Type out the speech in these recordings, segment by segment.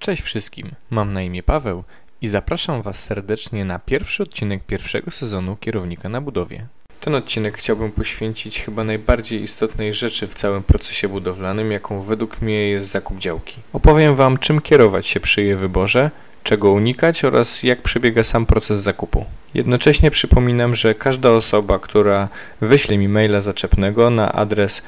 Cześć wszystkim, mam na imię Paweł i zapraszam Was serdecznie na pierwszy odcinek pierwszego sezonu Kierownika na budowie. Ten odcinek chciałbym poświęcić chyba najbardziej istotnej rzeczy w całym procesie budowlanym, jaką według mnie jest zakup działki. Opowiem Wam, czym kierować się przy jej wyborze, czego unikać oraz jak przebiega sam proces zakupu. Jednocześnie przypominam, że każda osoba, która wyśle mi maila zaczepnego na adres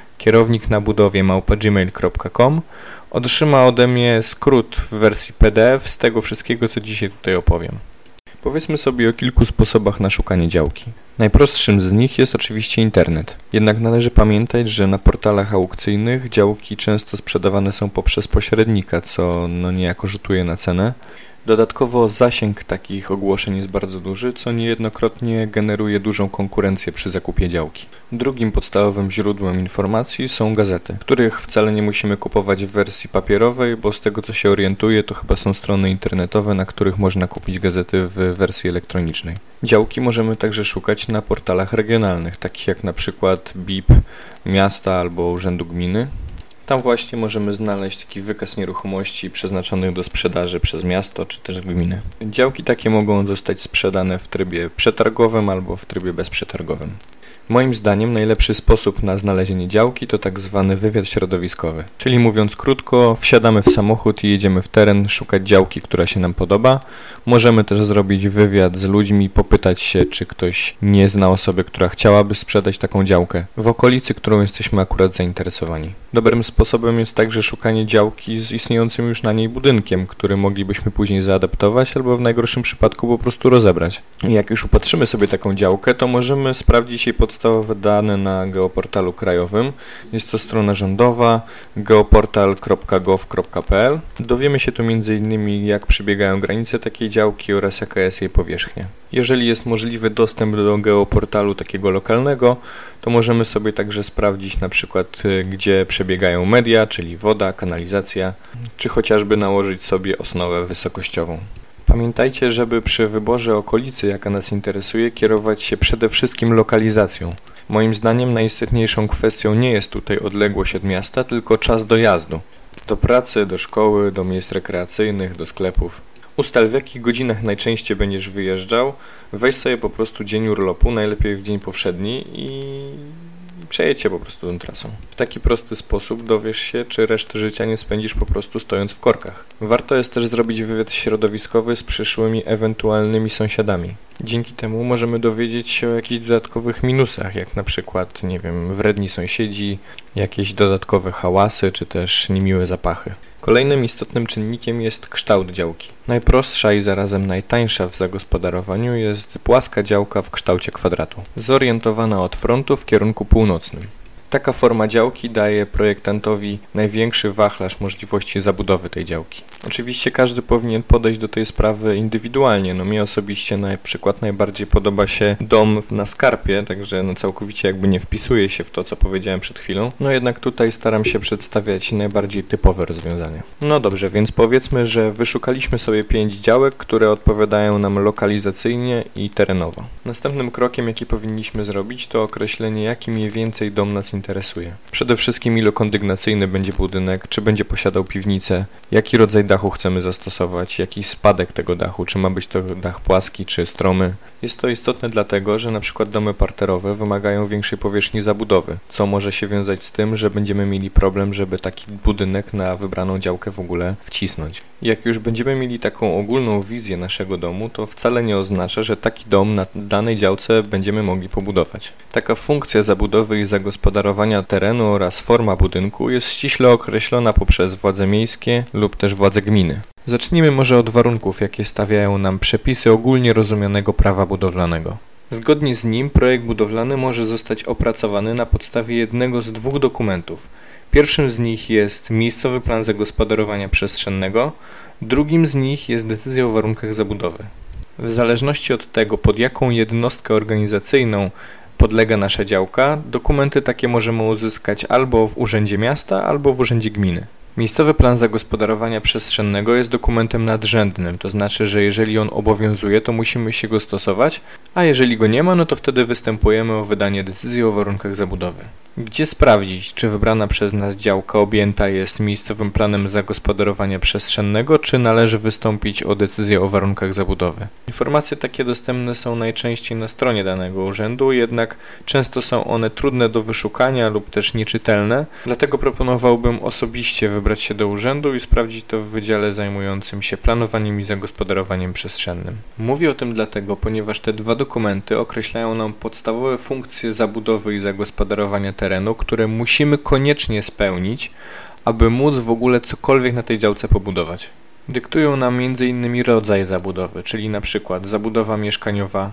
kierowniknabudowie@gmail.com otrzyma ode mnie skrót w wersji PDF z tego wszystkiego, co dzisiaj tutaj opowiem. Powiedzmy sobie o kilku sposobach na szukanie działki. Najprostszym z nich jest oczywiście internet. Jednak należy pamiętać, że na portalach aukcyjnych działki często sprzedawane są poprzez pośrednika, co niejako rzutuje na cenę. Dodatkowo zasięg takich ogłoszeń jest bardzo duży, co niejednokrotnie generuje dużą konkurencję przy zakupie działki. Drugim podstawowym źródłem informacji są gazety, których wcale nie musimy kupować w wersji papierowej, bo z tego co się orientuję, to chyba są strony internetowe, na których można kupić gazety w wersji elektronicznej. Działki możemy także szukać na portalach regionalnych, takich jak na przykład BIP miasta albo urzędu gminy. Tam właśnie możemy znaleźć taki wykaz nieruchomości przeznaczonych do sprzedaży przez miasto czy też gminę. Działki takie mogą zostać sprzedane w trybie przetargowym albo w trybie bezprzetargowym. Moim zdaniem najlepszy sposób na znalezienie działki to tak zwany wywiad środowiskowy. Czyli mówiąc krótko, wsiadamy w samochód i jedziemy w teren szukać działki, która się nam podoba. Możemy też zrobić wywiad z ludźmi, popytać się, czy ktoś nie zna osoby, która chciałaby sprzedać taką działkę w okolicy, którą jesteśmy akurat zainteresowani. Dobrym sposobem jest także szukanie działki z istniejącym już na niej budynkiem, który moglibyśmy później zaadaptować albo w najgorszym przypadku po prostu rozebrać. Jak już upatrzymy sobie taką działkę, to możemy sprawdzić jej podstawowe dane na geoportalu krajowym. Jest to strona rządowa geoportal.gov.pl. Dowiemy się tu m.in. jak przebiegają granice takiej działki oraz jaka jest jej powierzchnia. Jeżeli jest możliwy dostęp do geoportalu takiego lokalnego, to możemy sobie także sprawdzić na przykład gdzie przebiegają media, czyli woda, kanalizacja, czy chociażby nałożyć sobie osnowę wysokościową. Pamiętajcie, żeby przy wyborze okolicy, jaka nas interesuje, kierować się przede wszystkim lokalizacją. Moim zdaniem najistotniejszą kwestią nie jest tutaj odległość od miasta, tylko czas dojazdu. Do pracy, do szkoły, do miejsc rekreacyjnych, do sklepów. Ustal, w jakich godzinach najczęściej będziesz wyjeżdżał, weź sobie po prostu dzień urlopu, najlepiej w dzień powszedni i przejedź się po prostu tą trasą. W taki prosty sposób dowiesz się, czy resztę życia nie spędzisz po prostu stojąc w korkach. Warto jest też zrobić wywiad środowiskowy z przyszłymi ewentualnymi sąsiadami. Dzięki temu możemy dowiedzieć się o jakichś dodatkowych minusach, jak na przykład, wredni sąsiedzi, jakieś dodatkowe hałasy, czy też niemiłe zapachy. Kolejnym istotnym czynnikiem jest kształt działki. Najprostsza i zarazem najtańsza w zagospodarowaniu jest płaska działka w kształcie kwadratu, zorientowana od frontu w kierunku północnym. Taka forma działki daje projektantowi największy wachlarz możliwości zabudowy tej działki. Oczywiście każdy powinien podejść do tej sprawy indywidualnie. Mnie osobiście na przykład najbardziej podoba się dom na skarpie, także całkowicie nie wpisuje się w to, co powiedziałem przed chwilą. Jednak tutaj staram się przedstawiać najbardziej typowe rozwiązania. Dobrze, więc powiedzmy, że wyszukaliśmy sobie 5 działek, które odpowiadają nam lokalizacyjnie i terenowo. Następnym krokiem, jaki powinniśmy zrobić, to określenie, jaki mniej więcej dom nas interesuje. Przede wszystkim ilokondygnacyjny będzie budynek, czy będzie posiadał piwnicę, jaki rodzaj dachu chcemy zastosować, jaki spadek tego dachu, czy ma być to dach płaski, czy stromy. Jest to istotne dlatego, że na przykład domy parterowe wymagają większej powierzchni zabudowy, co może się wiązać z tym, że będziemy mieli problem, żeby taki budynek na wybraną działkę w ogóle wcisnąć. Jak już będziemy mieli taką ogólną wizję naszego domu, to wcale nie oznacza, że taki dom na danej działce będziemy mogli pobudować. Taka funkcja zabudowy i zagospodarowania terenu oraz forma budynku jest ściśle określona poprzez władze miejskie lub też władze gminy. Zacznijmy może od warunków, jakie stawiają nam przepisy ogólnie rozumianego prawa budowlanego. Zgodnie z nim projekt budowlany może zostać opracowany na podstawie jednego z 2 dokumentów. Pierwszym z nich jest miejscowy plan zagospodarowania przestrzennego, drugim z nich jest decyzja o warunkach zabudowy. W zależności od tego, pod jaką jednostkę organizacyjną podlega nasza działka, dokumenty takie możemy uzyskać albo w urzędzie miasta, albo w urzędzie gminy. Miejscowy plan zagospodarowania przestrzennego jest dokumentem nadrzędnym, to znaczy, że jeżeli on obowiązuje, to musimy się go stosować, a jeżeli go nie ma, no to wtedy występujemy o wydanie decyzji o warunkach zabudowy. Gdzie sprawdzić, czy wybrana przez nas działka objęta jest miejscowym planem zagospodarowania przestrzennego, czy należy wystąpić o decyzję o warunkach zabudowy? Informacje takie dostępne są najczęściej na stronie danego urzędu, jednak często są one trudne do wyszukania lub też nieczytelne, dlatego proponowałbym osobiście wybrać się do urzędu i sprawdzić to w wydziale zajmującym się planowaniem i zagospodarowaniem przestrzennym. Mówię o tym dlatego, ponieważ te dwa dokumenty określają nam podstawowe funkcje zabudowy i zagospodarowania terenu, które musimy koniecznie spełnić, aby móc w ogóle cokolwiek na tej działce pobudować. Dyktują nam m.in. rodzaj zabudowy, czyli na przykład zabudowa mieszkaniowa,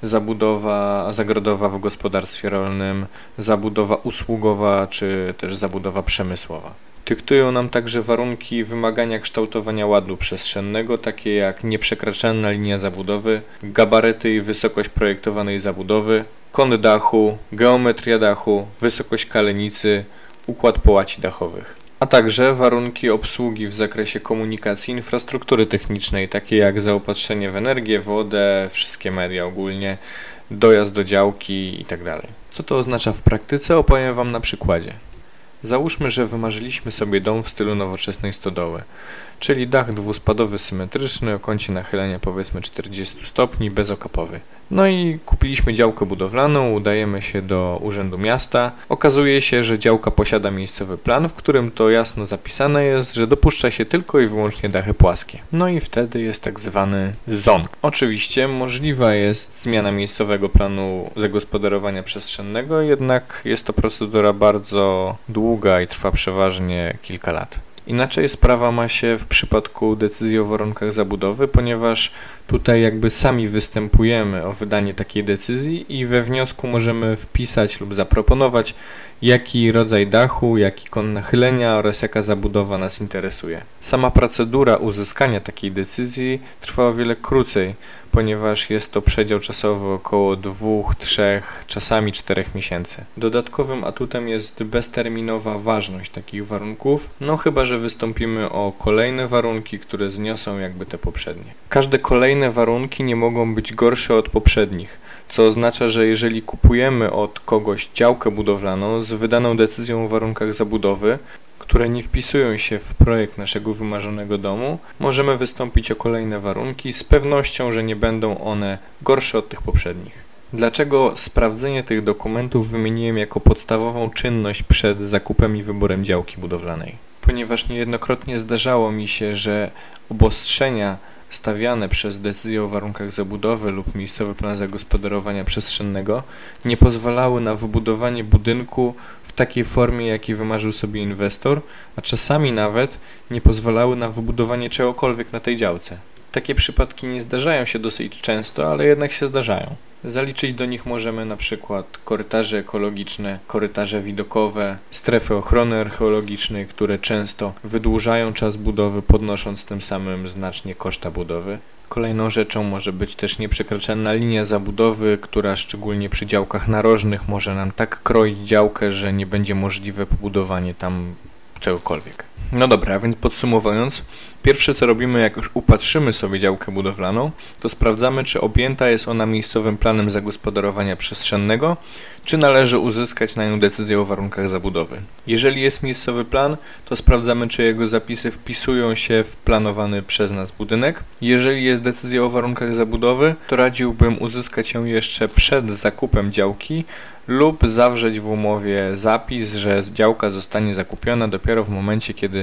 zabudowa zagrodowa w gospodarstwie rolnym, zabudowa usługowa czy też zabudowa przemysłowa. Dyktują nam także warunki i wymagania kształtowania ładu przestrzennego, takie jak nieprzekraczalna linia zabudowy, gabaryty i wysokość projektowanej zabudowy, kąt dachu, geometria dachu, wysokość kalenicy, układ połaci dachowych. A także warunki obsługi w zakresie komunikacji i infrastruktury technicznej, takie jak zaopatrzenie w energię, wodę, wszystkie media ogólnie, dojazd do działki itd. Co to oznacza w praktyce, opowiem Wam na przykładzie. Załóżmy, że wymarzyliśmy sobie dom w stylu nowoczesnej stodoły, czyli dach dwuspadowy symetryczny o kącie nachylenia powiedzmy 40 stopni, bezokapowy. No i kupiliśmy działkę budowlaną, udajemy się do Urzędu Miasta. Okazuje się, że działka posiada miejscowy plan, w którym to jasno zapisane jest, że dopuszcza się tylko i wyłącznie dachy płaskie. No i wtedy jest tak zwany ZON. Oczywiście możliwa jest zmiana miejscowego planu zagospodarowania przestrzennego, jednak jest to procedura bardzo długa i trwa przeważnie kilka lat. Inaczej sprawa ma się w przypadku decyzji o warunkach zabudowy, ponieważ tutaj jakby sami występujemy o wydanie takiej decyzji i we wniosku możemy wpisać lub zaproponować, jaki rodzaj dachu, jaki kąt nachylenia oraz jaka zabudowa nas interesuje. Sama procedura uzyskania takiej decyzji trwa o wiele krócej, ponieważ jest to przedział czasowy około 2, 3, czasami 4 miesięcy. Dodatkowym atutem jest bezterminowa ważność takich warunków, no chyba że wystąpimy o kolejne warunki, które zniosą jakby te poprzednie. Każde kolejne warunki nie mogą być gorsze od poprzednich, co oznacza, że jeżeli kupujemy od kogoś działkę budowlaną z wydaną decyzją o warunkach zabudowy, które nie wpisują się w projekt naszego wymarzonego domu, możemy wystąpić o kolejne warunki z pewnością, że nie będą one gorsze od tych poprzednich. Dlaczego sprawdzenie tych dokumentów wymieniłem jako podstawową czynność przed zakupem i wyborem działki budowlanej? Ponieważ niejednokrotnie zdarzało mi się, że obostrzenia stawiane przez decyzję o warunkach zabudowy lub miejscowy plan zagospodarowania przestrzennego nie pozwalały na wybudowanie budynku w takiej formie, jakiej wymarzył sobie inwestor, a czasami nawet nie pozwalały na wybudowanie czegokolwiek na tej działce. Takie przypadki nie zdarzają się dosyć często, ale jednak się zdarzają. Zaliczyć do nich możemy na przykład korytarze ekologiczne, korytarze widokowe, strefy ochrony archeologicznej, które często wydłużają czas budowy, podnosząc tym samym znacznie koszta budowy. Kolejną rzeczą może być też nieprzekraczalna linia zabudowy, która szczególnie przy działkach narożnych może nam tak kroić działkę, że nie będzie możliwe pobudowanie tam czegokolwiek. No dobra, a więc podsumowując, pierwsze co robimy, jak już upatrzymy sobie działkę budowlaną, to sprawdzamy, czy objęta jest ona miejscowym planem zagospodarowania przestrzennego, czy należy uzyskać na nią decyzję o warunkach zabudowy. Jeżeli jest miejscowy plan, to sprawdzamy, czy jego zapisy wpisują się w planowany przez nas budynek. Jeżeli jest decyzja o warunkach zabudowy, to radziłbym uzyskać ją jeszcze przed zakupem działki lub zawrzeć w umowie zapis, że działka zostanie zakupiona dopiero w momencie, kiedy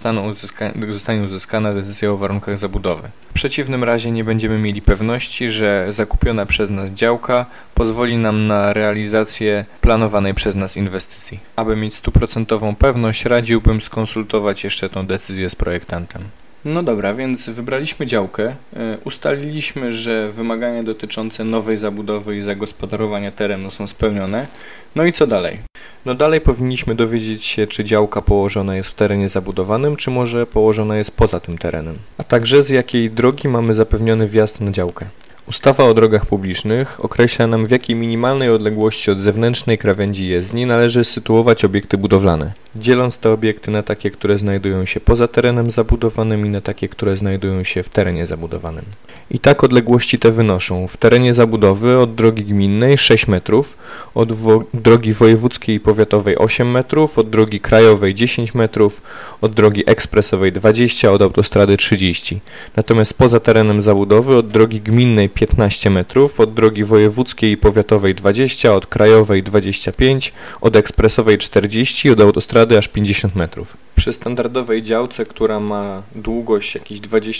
zostanie uzyskana decyzja o warunkach zabudowy. W przeciwnym razie nie będziemy mieli pewności, że zakupiona przez nas działka pozwoli nam na realizację planowanej przez nas inwestycji. Aby mieć 100% pewność, radziłbym skonsultować jeszcze tą decyzję z projektantem. No dobra, więc wybraliśmy działkę, ustaliliśmy, że wymagania dotyczące nowej zabudowy i zagospodarowania terenu są spełnione. No i co dalej? No dalej powinniśmy dowiedzieć się, czy działka położona jest w terenie zabudowanym, czy może położona jest poza tym terenem. A także z jakiej drogi mamy zapewniony wjazd na działkę. Ustawa o drogach publicznych określa nam, w jakiej minimalnej odległości od zewnętrznej krawędzi jezdni należy sytuować obiekty budowlane, dzieląc te obiekty na takie, które znajdują się poza terenem zabudowanym i na takie, które znajdują się w terenie zabudowanym. I tak odległości te wynoszą w terenie zabudowy od drogi gminnej 6 metrów, od drogi wojewódzkiej i powiatowej 8 metrów, od drogi krajowej 10 metrów, od drogi ekspresowej 20, od autostrady 30. Natomiast poza terenem zabudowy od drogi gminnej 15 metrów, od drogi wojewódzkiej i powiatowej 20, od krajowej 25, od ekspresowej 40, od autostrady aż 50 metrów. Przy standardowej działce, która ma długość jakieś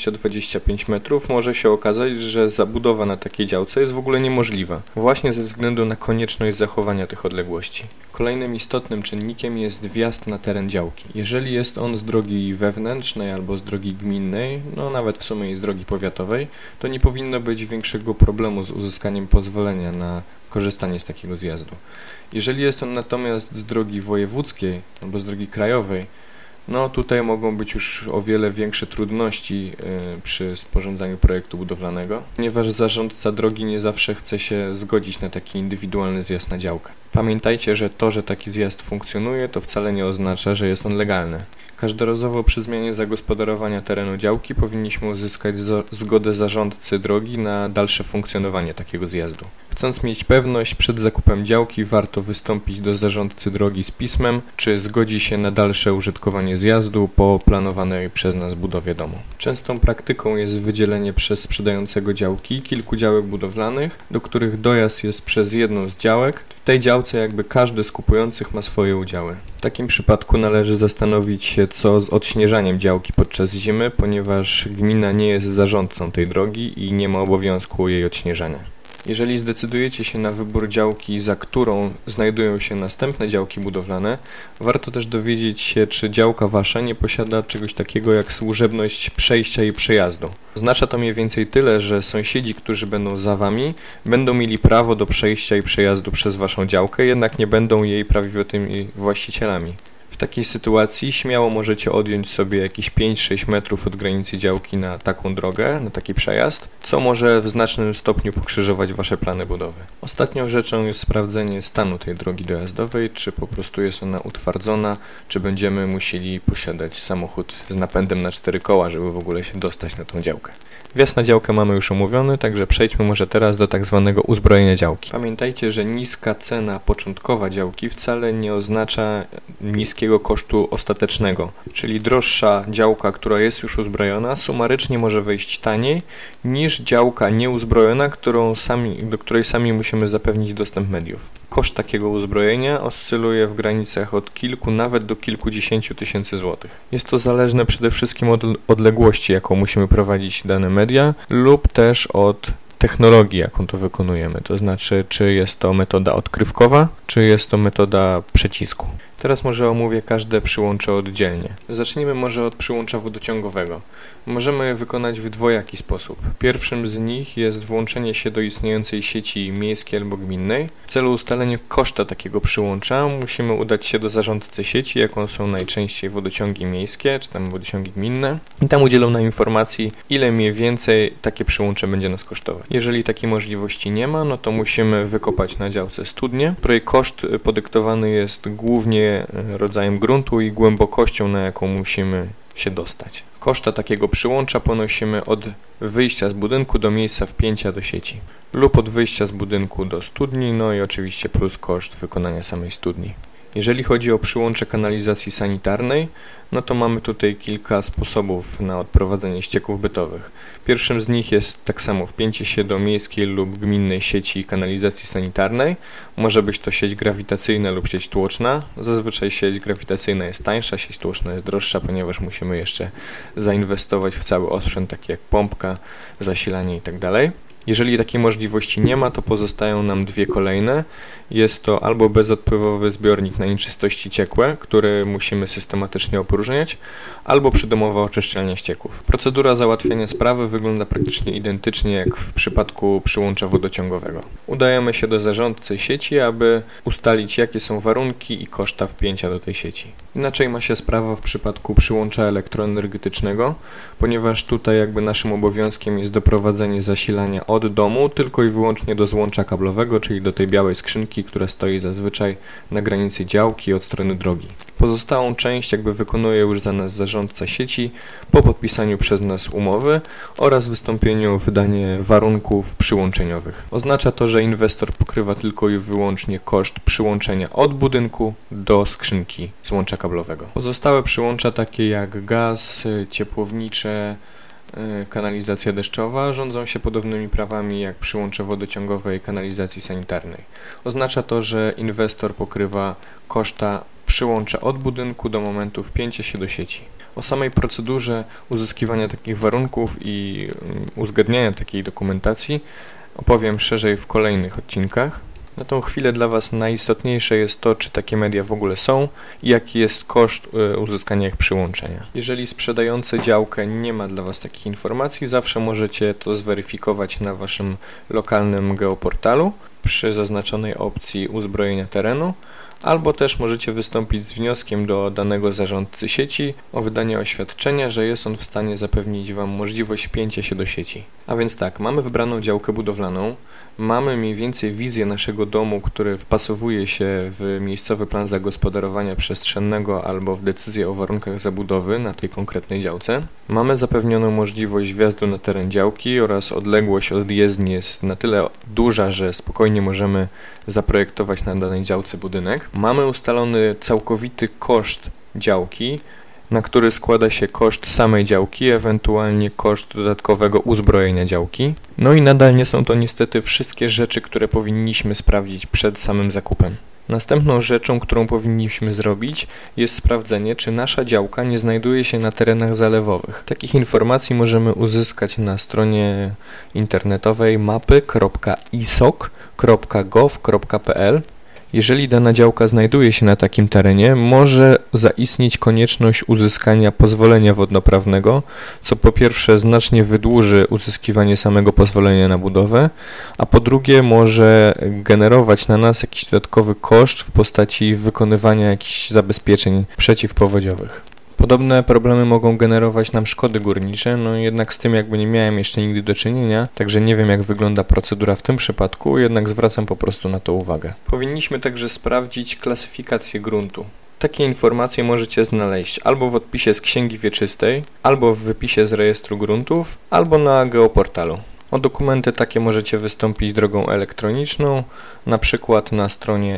20-25 metrów, może się okazać, że zabudowa na takiej działce jest w ogóle niemożliwa, właśnie ze względu na konieczność zachowania tych odległości. Kolejnym istotnym czynnikiem jest wjazd na teren działki. Jeżeli jest on z drogi wewnętrznej albo z drogi gminnej, no nawet w sumie i z drogi powiatowej, to nie powinno być większego problemu z uzyskaniem pozwolenia na korzystanie z takiego zjazdu. Jeżeli jest on natomiast z drogi wojewódzkiej albo z drogi krajowej, no tutaj mogą być już o wiele większe trudności przy sporządzaniu projektu budowlanego, ponieważ zarządca drogi nie zawsze chce się zgodzić na taki indywidualny zjazd na działkę. Pamiętajcie, że to, że taki zjazd funkcjonuje, to wcale nie oznacza, że jest on legalny. Każdorazowo przy zmianie zagospodarowania terenu działki powinniśmy uzyskać zgodę zarządcy drogi na dalsze funkcjonowanie takiego zjazdu. Chcąc mieć pewność, przed zakupem działki warto wystąpić do zarządcy drogi z pismem, czy zgodzi się na dalsze użytkowanie zjazdu po planowanej przez nas budowie domu. Częstą praktyką jest wydzielenie przez sprzedającego działki kilku działek budowlanych, do których dojazd jest przez jedną z działek. W tej działce jakby każdy z kupujących ma swoje udziały. W takim przypadku należy zastanowić się, co z odśnieżaniem działki podczas zimy, ponieważ gmina nie jest zarządcą tej drogi i nie ma obowiązku jej odśnieżania. Jeżeli zdecydujecie się na wybór działki, za którą znajdują się następne działki budowlane, warto też dowiedzieć się, czy działka wasza nie posiada czegoś takiego jak służebność przejścia i przejazdu. Oznacza to mniej więcej tyle, że sąsiedzi, którzy będą za wami, będą mieli prawo do przejścia i przejazdu przez waszą działkę, jednak nie będą jej prawidłowymi właścicielami. W takiej sytuacji śmiało możecie odjąć sobie jakieś 5-6 metrów od granicy działki na taką drogę, na taki przejazd, co może w znacznym stopniu pokrzyżować wasze plany budowy. Ostatnią rzeczą jest sprawdzenie stanu tej drogi dojazdowej, czy po prostu jest ona utwardzona, czy będziemy musieli posiadać samochód z napędem na 4 koła, żeby w ogóle się dostać na tą działkę. Wjazd na działkę mamy już omówiony, także przejdźmy może teraz do tak zwanego uzbrojenia działki. Pamiętajcie, że niska cena początkowa działki wcale nie oznacza niskiego kosztu ostatecznego, czyli droższa działka, która jest już uzbrojona, sumarycznie może wyjść taniej niż działka nieuzbrojona, do której sami musimy zapewnić dostęp mediów. Koszt takiego uzbrojenia oscyluje w granicach od kilku, nawet do kilkudziesięciu tysięcy złotych. Jest to zależne przede wszystkim od odległości, jaką musimy prowadzić dane media, lub też od technologii, jaką to wykonujemy, to znaczy, czy jest to metoda odkrywkowa, czy jest to metoda przycisku. Teraz może omówię każde przyłącze oddzielnie. Zacznijmy może od przyłącza wodociągowego. Możemy je wykonać w dwojaki sposób. Pierwszym z nich jest włączenie się do istniejącej sieci miejskiej albo gminnej. W celu ustalenia koszta takiego przyłącza musimy udać się do zarządcy sieci, jaką są najczęściej wodociągi miejskie, czy tam wodociągi gminne. I tam udzielą nam informacji, ile mniej więcej takie przyłącze będzie nas kosztować. Jeżeli takiej możliwości nie ma, no to musimy wykopać na działce studnię, której koszt podyktowany jest głównie rodzajem gruntu i głębokością, na jaką musimy się dostać. Koszta takiego przyłącza ponosimy od wyjścia z budynku do miejsca wpięcia do sieci lub od wyjścia z budynku do studni, no i oczywiście plus koszt wykonania samej studni. Jeżeli chodzi o przyłącze kanalizacji sanitarnej, no to mamy tutaj kilka sposobów na odprowadzenie ścieków bytowych. Pierwszym z nich jest tak samo wpięcie się do miejskiej lub gminnej sieci kanalizacji sanitarnej. Może być to sieć grawitacyjna lub sieć tłoczna. Zazwyczaj sieć grawitacyjna jest tańsza, sieć tłoczna jest droższa, ponieważ musimy jeszcze zainwestować w cały osprzęt, taki jak pompka, zasilanie itd. Jeżeli takiej możliwości nie ma, to pozostają nam dwie kolejne. Jest to albo bezodpływowy zbiornik na nieczystości ciekłe, który musimy systematycznie opróżniać, albo przydomowa oczyszczalnia ścieków. Procedura załatwienia sprawy wygląda praktycznie identycznie jak w przypadku przyłącza wodociągowego. Udajemy się do zarządcy sieci, aby ustalić, jakie są warunki i koszta wpięcia do tej sieci. Inaczej ma się sprawa w przypadku przyłącza elektroenergetycznego, ponieważ tutaj jakby naszym obowiązkiem jest doprowadzenie zasilania od domu tylko i wyłącznie do złącza kablowego, czyli do tej białej skrzynki, która stoi zazwyczaj na granicy działki od strony drogi. Pozostałą część jakby wykonuje już za nas zarządca sieci po podpisaniu przez nas umowy oraz wystąpieniu wydanie warunków przyłączeniowych. Oznacza to, że inwestor pokrywa tylko i wyłącznie koszt przyłączenia od budynku do skrzynki złącza kablowego. Pozostałe przyłącza takie jak gaz, ciepłownicze, kanalizacja deszczowa rządzą się podobnymi prawami jak przyłącze wodociągowej kanalizacji sanitarnej. Oznacza to, że inwestor pokrywa koszta przyłącza od budynku do momentu wpięcia się do sieci. O samej procedurze uzyskiwania takich warunków i uzgadniania takiej dokumentacji opowiem szerzej w kolejnych odcinkach. Na tą chwilę dla Was najistotniejsze jest to, czy takie media w ogóle są i jaki jest koszt uzyskania ich przyłączenia. Jeżeli sprzedający działkę nie ma dla Was takich informacji, zawsze możecie to zweryfikować na Waszym lokalnym geoportalu przy zaznaczonej opcji uzbrojenia terenu, albo też możecie wystąpić z wnioskiem do danego zarządcy sieci o wydanie oświadczenia, że jest on w stanie zapewnić Wam możliwość wpięcia się do sieci. A więc tak, mamy wybraną działkę budowlaną, mamy mniej więcej wizję naszego domu, który wpasowuje się w miejscowy plan zagospodarowania przestrzennego albo w decyzję o warunkach zabudowy na tej konkretnej działce. Mamy zapewnioną możliwość wjazdu na teren działki oraz odległość od jezdni jest na tyle duża, że spokojnie możemy zaprojektować na danej działce budynek. Mamy ustalony całkowity koszt działki, na który składa się koszt samej działki, ewentualnie koszt dodatkowego uzbrojenia działki. No i nadal nie są to niestety wszystkie rzeczy, które powinniśmy sprawdzić przed samym zakupem. Następną rzeczą, którą powinniśmy zrobić, jest sprawdzenie, czy nasza działka nie znajduje się na terenach zalewowych. Takich informacji możemy uzyskać na stronie internetowej mapy.isoc.gov.pl. Jeżeli dana działka znajduje się na takim terenie, może zaistnieć konieczność uzyskania pozwolenia wodnoprawnego, co po pierwsze znacznie wydłuży uzyskiwanie samego pozwolenia na budowę, a po drugie może generować na nas jakiś dodatkowy koszt w postaci wykonywania jakichś zabezpieczeń przeciwpowodziowych. Podobne problemy mogą generować nam szkody górnicze, no jednak z tym jakby nie miałem jeszcze nigdy do czynienia, także nie wiem jak wygląda procedura w tym przypadku, jednak zwracam po prostu na to uwagę. Powinniśmy także sprawdzić klasyfikację gruntu. Takie informacje możecie znaleźć albo w odpisie z Księgi Wieczystej, albo w wypisie z rejestru gruntów, albo na geoportalu. O dokumenty takie możecie wystąpić drogą elektroniczną, na przykład na stronie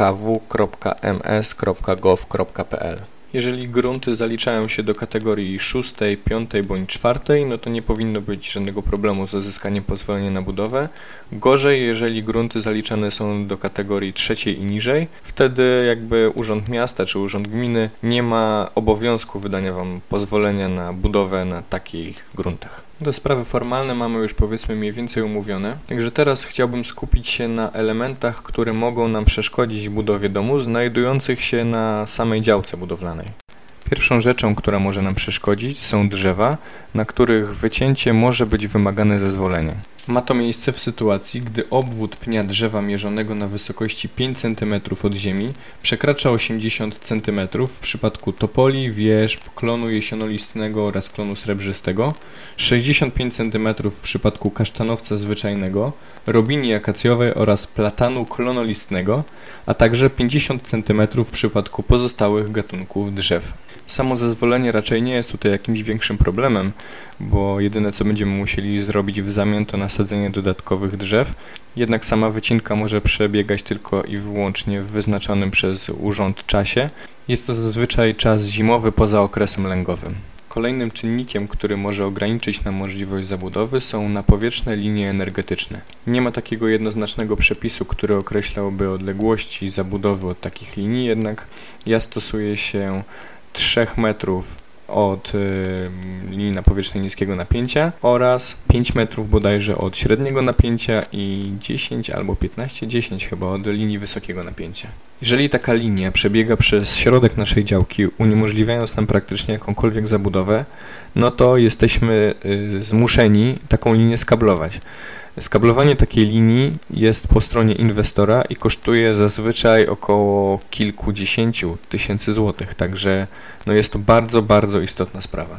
ekw.ms.gov.pl. Jeżeli grunty zaliczają się do kategorii 6, 5 bądź 4, no to nie powinno być żadnego problemu z uzyskaniem pozwolenia na budowę. Gorzej, jeżeli grunty zaliczane są do kategorii 3 i niżej, wtedy jakby Urząd Miasta czy Urząd Gminy nie ma obowiązku wydania Wam pozwolenia na budowę na takich gruntach. Te sprawy formalne mamy już powiedzmy mniej więcej umówione, także teraz chciałbym skupić się na elementach, które mogą nam przeszkodzić w budowie domu znajdujących się na samej działce budowlanej. Pierwszą rzeczą, która może nam przeszkodzić, są drzewa, na których wycięcie może być wymagane zezwolenie. Ma to miejsce w sytuacji, gdy obwód pnia drzewa mierzonego na wysokości 5 cm od ziemi przekracza 80 cm w przypadku topoli, wierzb, klonu jesionolistnego oraz klonu srebrzystego, 65 cm w przypadku kasztanowca zwyczajnego, robini akacjowej oraz platanu klonolistnego, a także 50 cm w przypadku pozostałych gatunków drzew. Samo zezwolenie raczej nie jest tutaj jakimś większym problemem, bo jedyne co będziemy musieli zrobić w zamian to nasadzenie dodatkowych drzew, jednak sama wycinka może przebiegać tylko i wyłącznie w wyznaczonym przez urząd czasie. Jest to zazwyczaj czas zimowy poza okresem lęgowym. Kolejnym czynnikiem, który może ograniczyć nam możliwość zabudowy, są napowietrzne linie energetyczne. Nie ma takiego jednoznacznego przepisu, który określałby odległości zabudowy od takich linii, jednak ja stosuję się 3 metrów od linii napowietrznej niskiego napięcia oraz 5 metrów bodajże od średniego napięcia i 10 albo 10 chyba od linii wysokiego napięcia. Jeżeli taka linia przebiega przez środek naszej działki, uniemożliwiając nam praktycznie jakąkolwiek zabudowę, no to jesteśmy zmuszeni taką linię skablować. Skablowanie takiej linii jest po stronie inwestora i kosztuje zazwyczaj około kilkudziesięciu tysięcy złotych, także no jest to bardzo, bardzo istotna sprawa.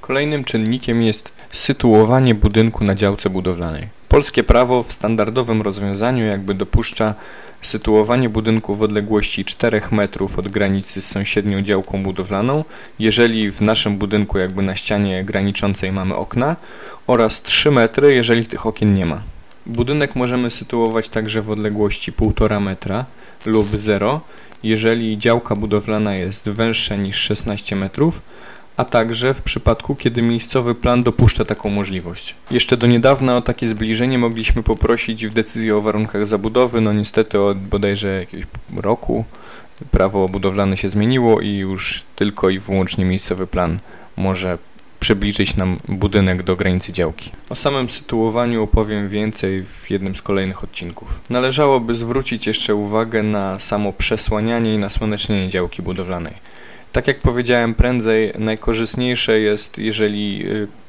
Kolejnym czynnikiem jest sytuowanie budynku na działce budowlanej. Polskie prawo w standardowym rozwiązaniu jakby dopuszcza sytuowanie budynku w odległości 4 metrów od granicy z sąsiednią działką budowlaną, jeżeli w naszym budynku jakby na ścianie graniczącej mamy okna, oraz 3 metry, jeżeli tych okien nie ma. Budynek możemy sytuować także w odległości 1,5 metra lub 0, jeżeli działka budowlana jest węższa niż 16 metrów, a także w przypadku, kiedy miejscowy plan dopuszcza taką możliwość. Jeszcze do niedawna o takie zbliżenie mogliśmy poprosić w decyzji o warunkach zabudowy, no niestety od bodajże jakiegoś roku prawo budowlane się zmieniło i już tylko i wyłącznie miejscowy plan może przybliżyć nam budynek do granicy działki. O samym sytuowaniu opowiem więcej w jednym z kolejnych odcinków. Należałoby zwrócić jeszcze uwagę na samo przesłanianie i nasłonecznienie działki budowlanej. Tak jak powiedziałem prędzej, najkorzystniejsze jest, jeżeli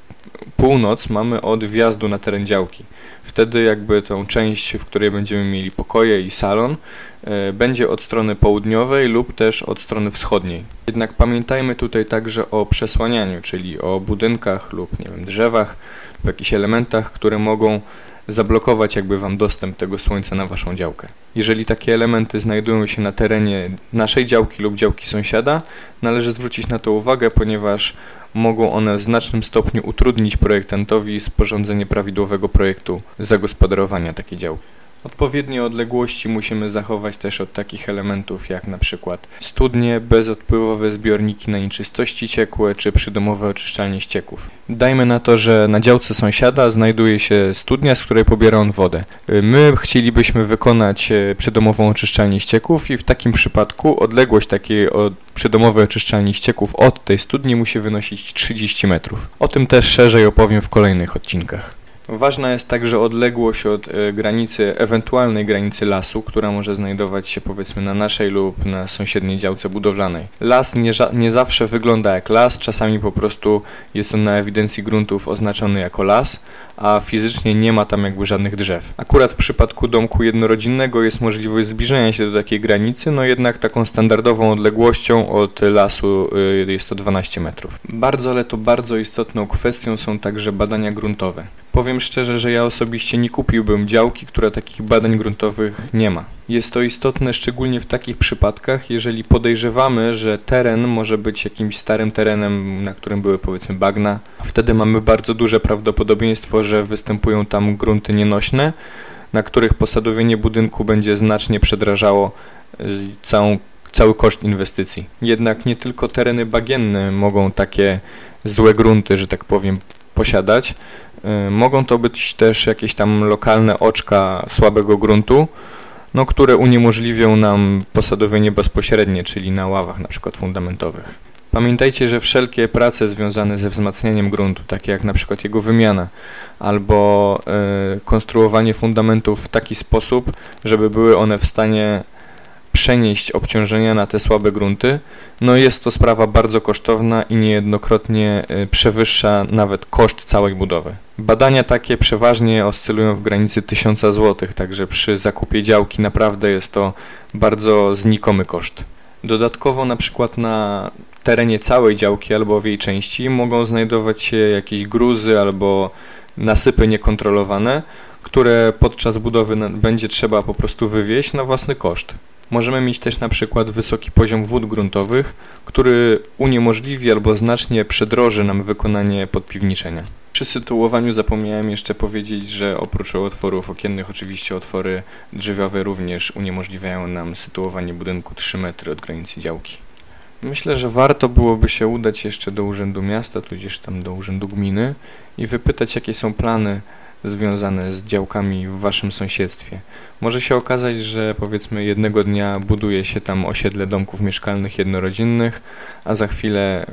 północ mamy od wjazdu na teren działki. Wtedy jakby tą część, w której będziemy mieli pokoje i salon, będzie od strony południowej lub też od strony wschodniej. Jednak pamiętajmy tutaj także o przesłanianiu, czyli o budynkach lub drzewach, lub jakichś elementach, które mogą zablokować jakby Wam dostęp tego słońca na Waszą działkę. Jeżeli takie elementy znajdują się na terenie naszej działki lub działki sąsiada, należy zwrócić na to uwagę, ponieważ mogą one w znacznym stopniu utrudnić projektantowi sporządzenie prawidłowego projektu zagospodarowania takiej działki. Odpowiednie odległości musimy zachować też od takich elementów jak na przykład studnie, bezodpływowe zbiorniki na nieczystości ciekłe czy przydomowe oczyszczalnie ścieków. Dajmy na to, że na działce sąsiada znajduje się studnia, z której pobiera on wodę. My chcielibyśmy wykonać przydomową oczyszczalnię ścieków i w takim przypadku odległość takiej przydomowej oczyszczalni ścieków od tej studni musi wynosić 30 metrów. O tym też szerzej opowiem w kolejnych odcinkach. Ważna jest także odległość od granicy, ewentualnej granicy lasu, która może znajdować się powiedzmy na naszej lub na sąsiedniej działce budowlanej. Las nie zawsze wygląda jak las, czasami po prostu jest on na ewidencji gruntów oznaczony jako las, a fizycznie nie ma tam jakby żadnych drzew. Akurat w przypadku domku jednorodzinnego jest możliwość zbliżenia się do takiej granicy, no jednak taką standardową odległością od lasu jest to 12 metrów. Bardzo istotną kwestią są także badania gruntowe. Powiem szczerze, że ja osobiście nie kupiłbym działki, która takich badań gruntowych nie ma. Jest to istotne szczególnie w takich przypadkach, jeżeli podejrzewamy, że teren może być jakimś starym terenem, na którym były powiedzmy bagna. Wtedy mamy bardzo duże prawdopodobieństwo, że występują tam grunty nienośne, na których posadowienie budynku będzie znacznie przedrażało cały koszt inwestycji. Jednak nie tylko tereny bagienne mogą takie złe grunty, że tak powiem, posiadać. Mogą to być też jakieś tam lokalne oczka słabego gruntu, które uniemożliwią nam posadowienie bezpośrednie, czyli na ławach na przykład fundamentowych. Pamiętajcie, że wszelkie prace związane ze wzmacnianiem gruntu, takie jak na przykład jego wymiana albo konstruowanie fundamentów w taki sposób, żeby były one w stanie przenieść obciążenia na te słabe grunty, jest to sprawa bardzo kosztowna i niejednokrotnie przewyższa nawet koszt całej budowy. Badania takie przeważnie oscylują w granicy 1000 zł, także przy zakupie działki naprawdę jest to bardzo znikomy koszt. Dodatkowo na przykład na terenie całej działki albo w jej części mogą znajdować się jakieś gruzy albo nasypy niekontrolowane, które podczas budowy będzie trzeba po prostu wywieźć na własny koszt. Możemy mieć też na przykład wysoki poziom wód gruntowych, który uniemożliwi albo znacznie przedroży nam wykonanie podpiwniczenia. Przy sytuowaniu zapomniałem jeszcze powiedzieć, że oprócz otworów okiennych oczywiście otwory drzewiowe również uniemożliwiają nam sytuowanie budynku 3 metry od granicy działki. Myślę, że warto byłoby się udać jeszcze do Urzędu Miasta, tudzież tam do Urzędu Gminy i wypytać, jakie są plany związane z działkami w Waszym sąsiedztwie. Może się okazać, że powiedzmy jednego dnia buduje się tam osiedle domków mieszkalnych jednorodzinnych, a za chwilę,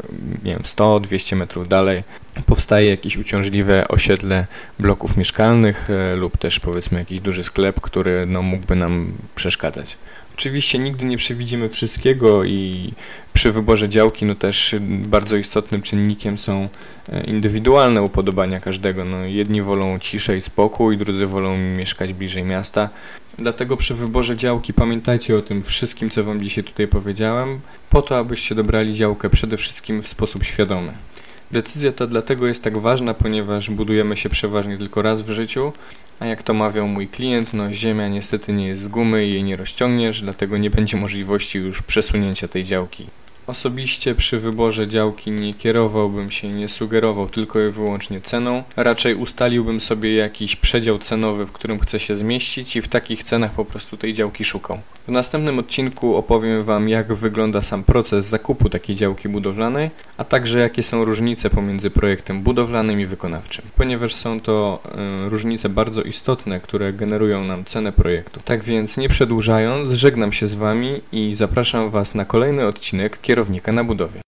100-200 metrów dalej powstaje jakieś uciążliwe osiedle bloków mieszkalnych lub też powiedzmy jakiś duży sklep, który mógłby nam przeszkadzać. Oczywiście nigdy nie przewidzimy wszystkiego i przy wyborze działki też bardzo istotnym czynnikiem są indywidualne upodobania każdego. Jedni wolą ciszę i spokój, drudzy wolą mieszkać bliżej miasta. Dlatego przy wyborze działki pamiętajcie o tym wszystkim, co Wam dzisiaj tutaj powiedziałem, po to, abyście dobrali działkę przede wszystkim w sposób świadomy. Decyzja ta dlatego jest tak ważna, ponieważ budujemy się przeważnie tylko raz w życiu, a jak to mawiał mój klient, ziemia niestety nie jest z gumy i jej nie rozciągniesz, dlatego nie będzie możliwości już przesunięcia tej działki. Osobiście przy wyborze działki nie kierowałbym się, nie sugerował tylko i wyłącznie ceną. Raczej ustaliłbym sobie jakiś przedział cenowy, w którym chcę się zmieścić i w takich cenach po prostu tej działki szukał. W następnym odcinku opowiem Wam, jak wygląda sam proces zakupu takiej działki budowlanej, a także jakie są różnice pomiędzy projektem budowlanym i wykonawczym, ponieważ są to różnice bardzo istotne, które generują nam cenę projektu. Tak więc nie przedłużając, żegnam się z Wami i zapraszam Was na kolejny odcinek Kierownika na budowie.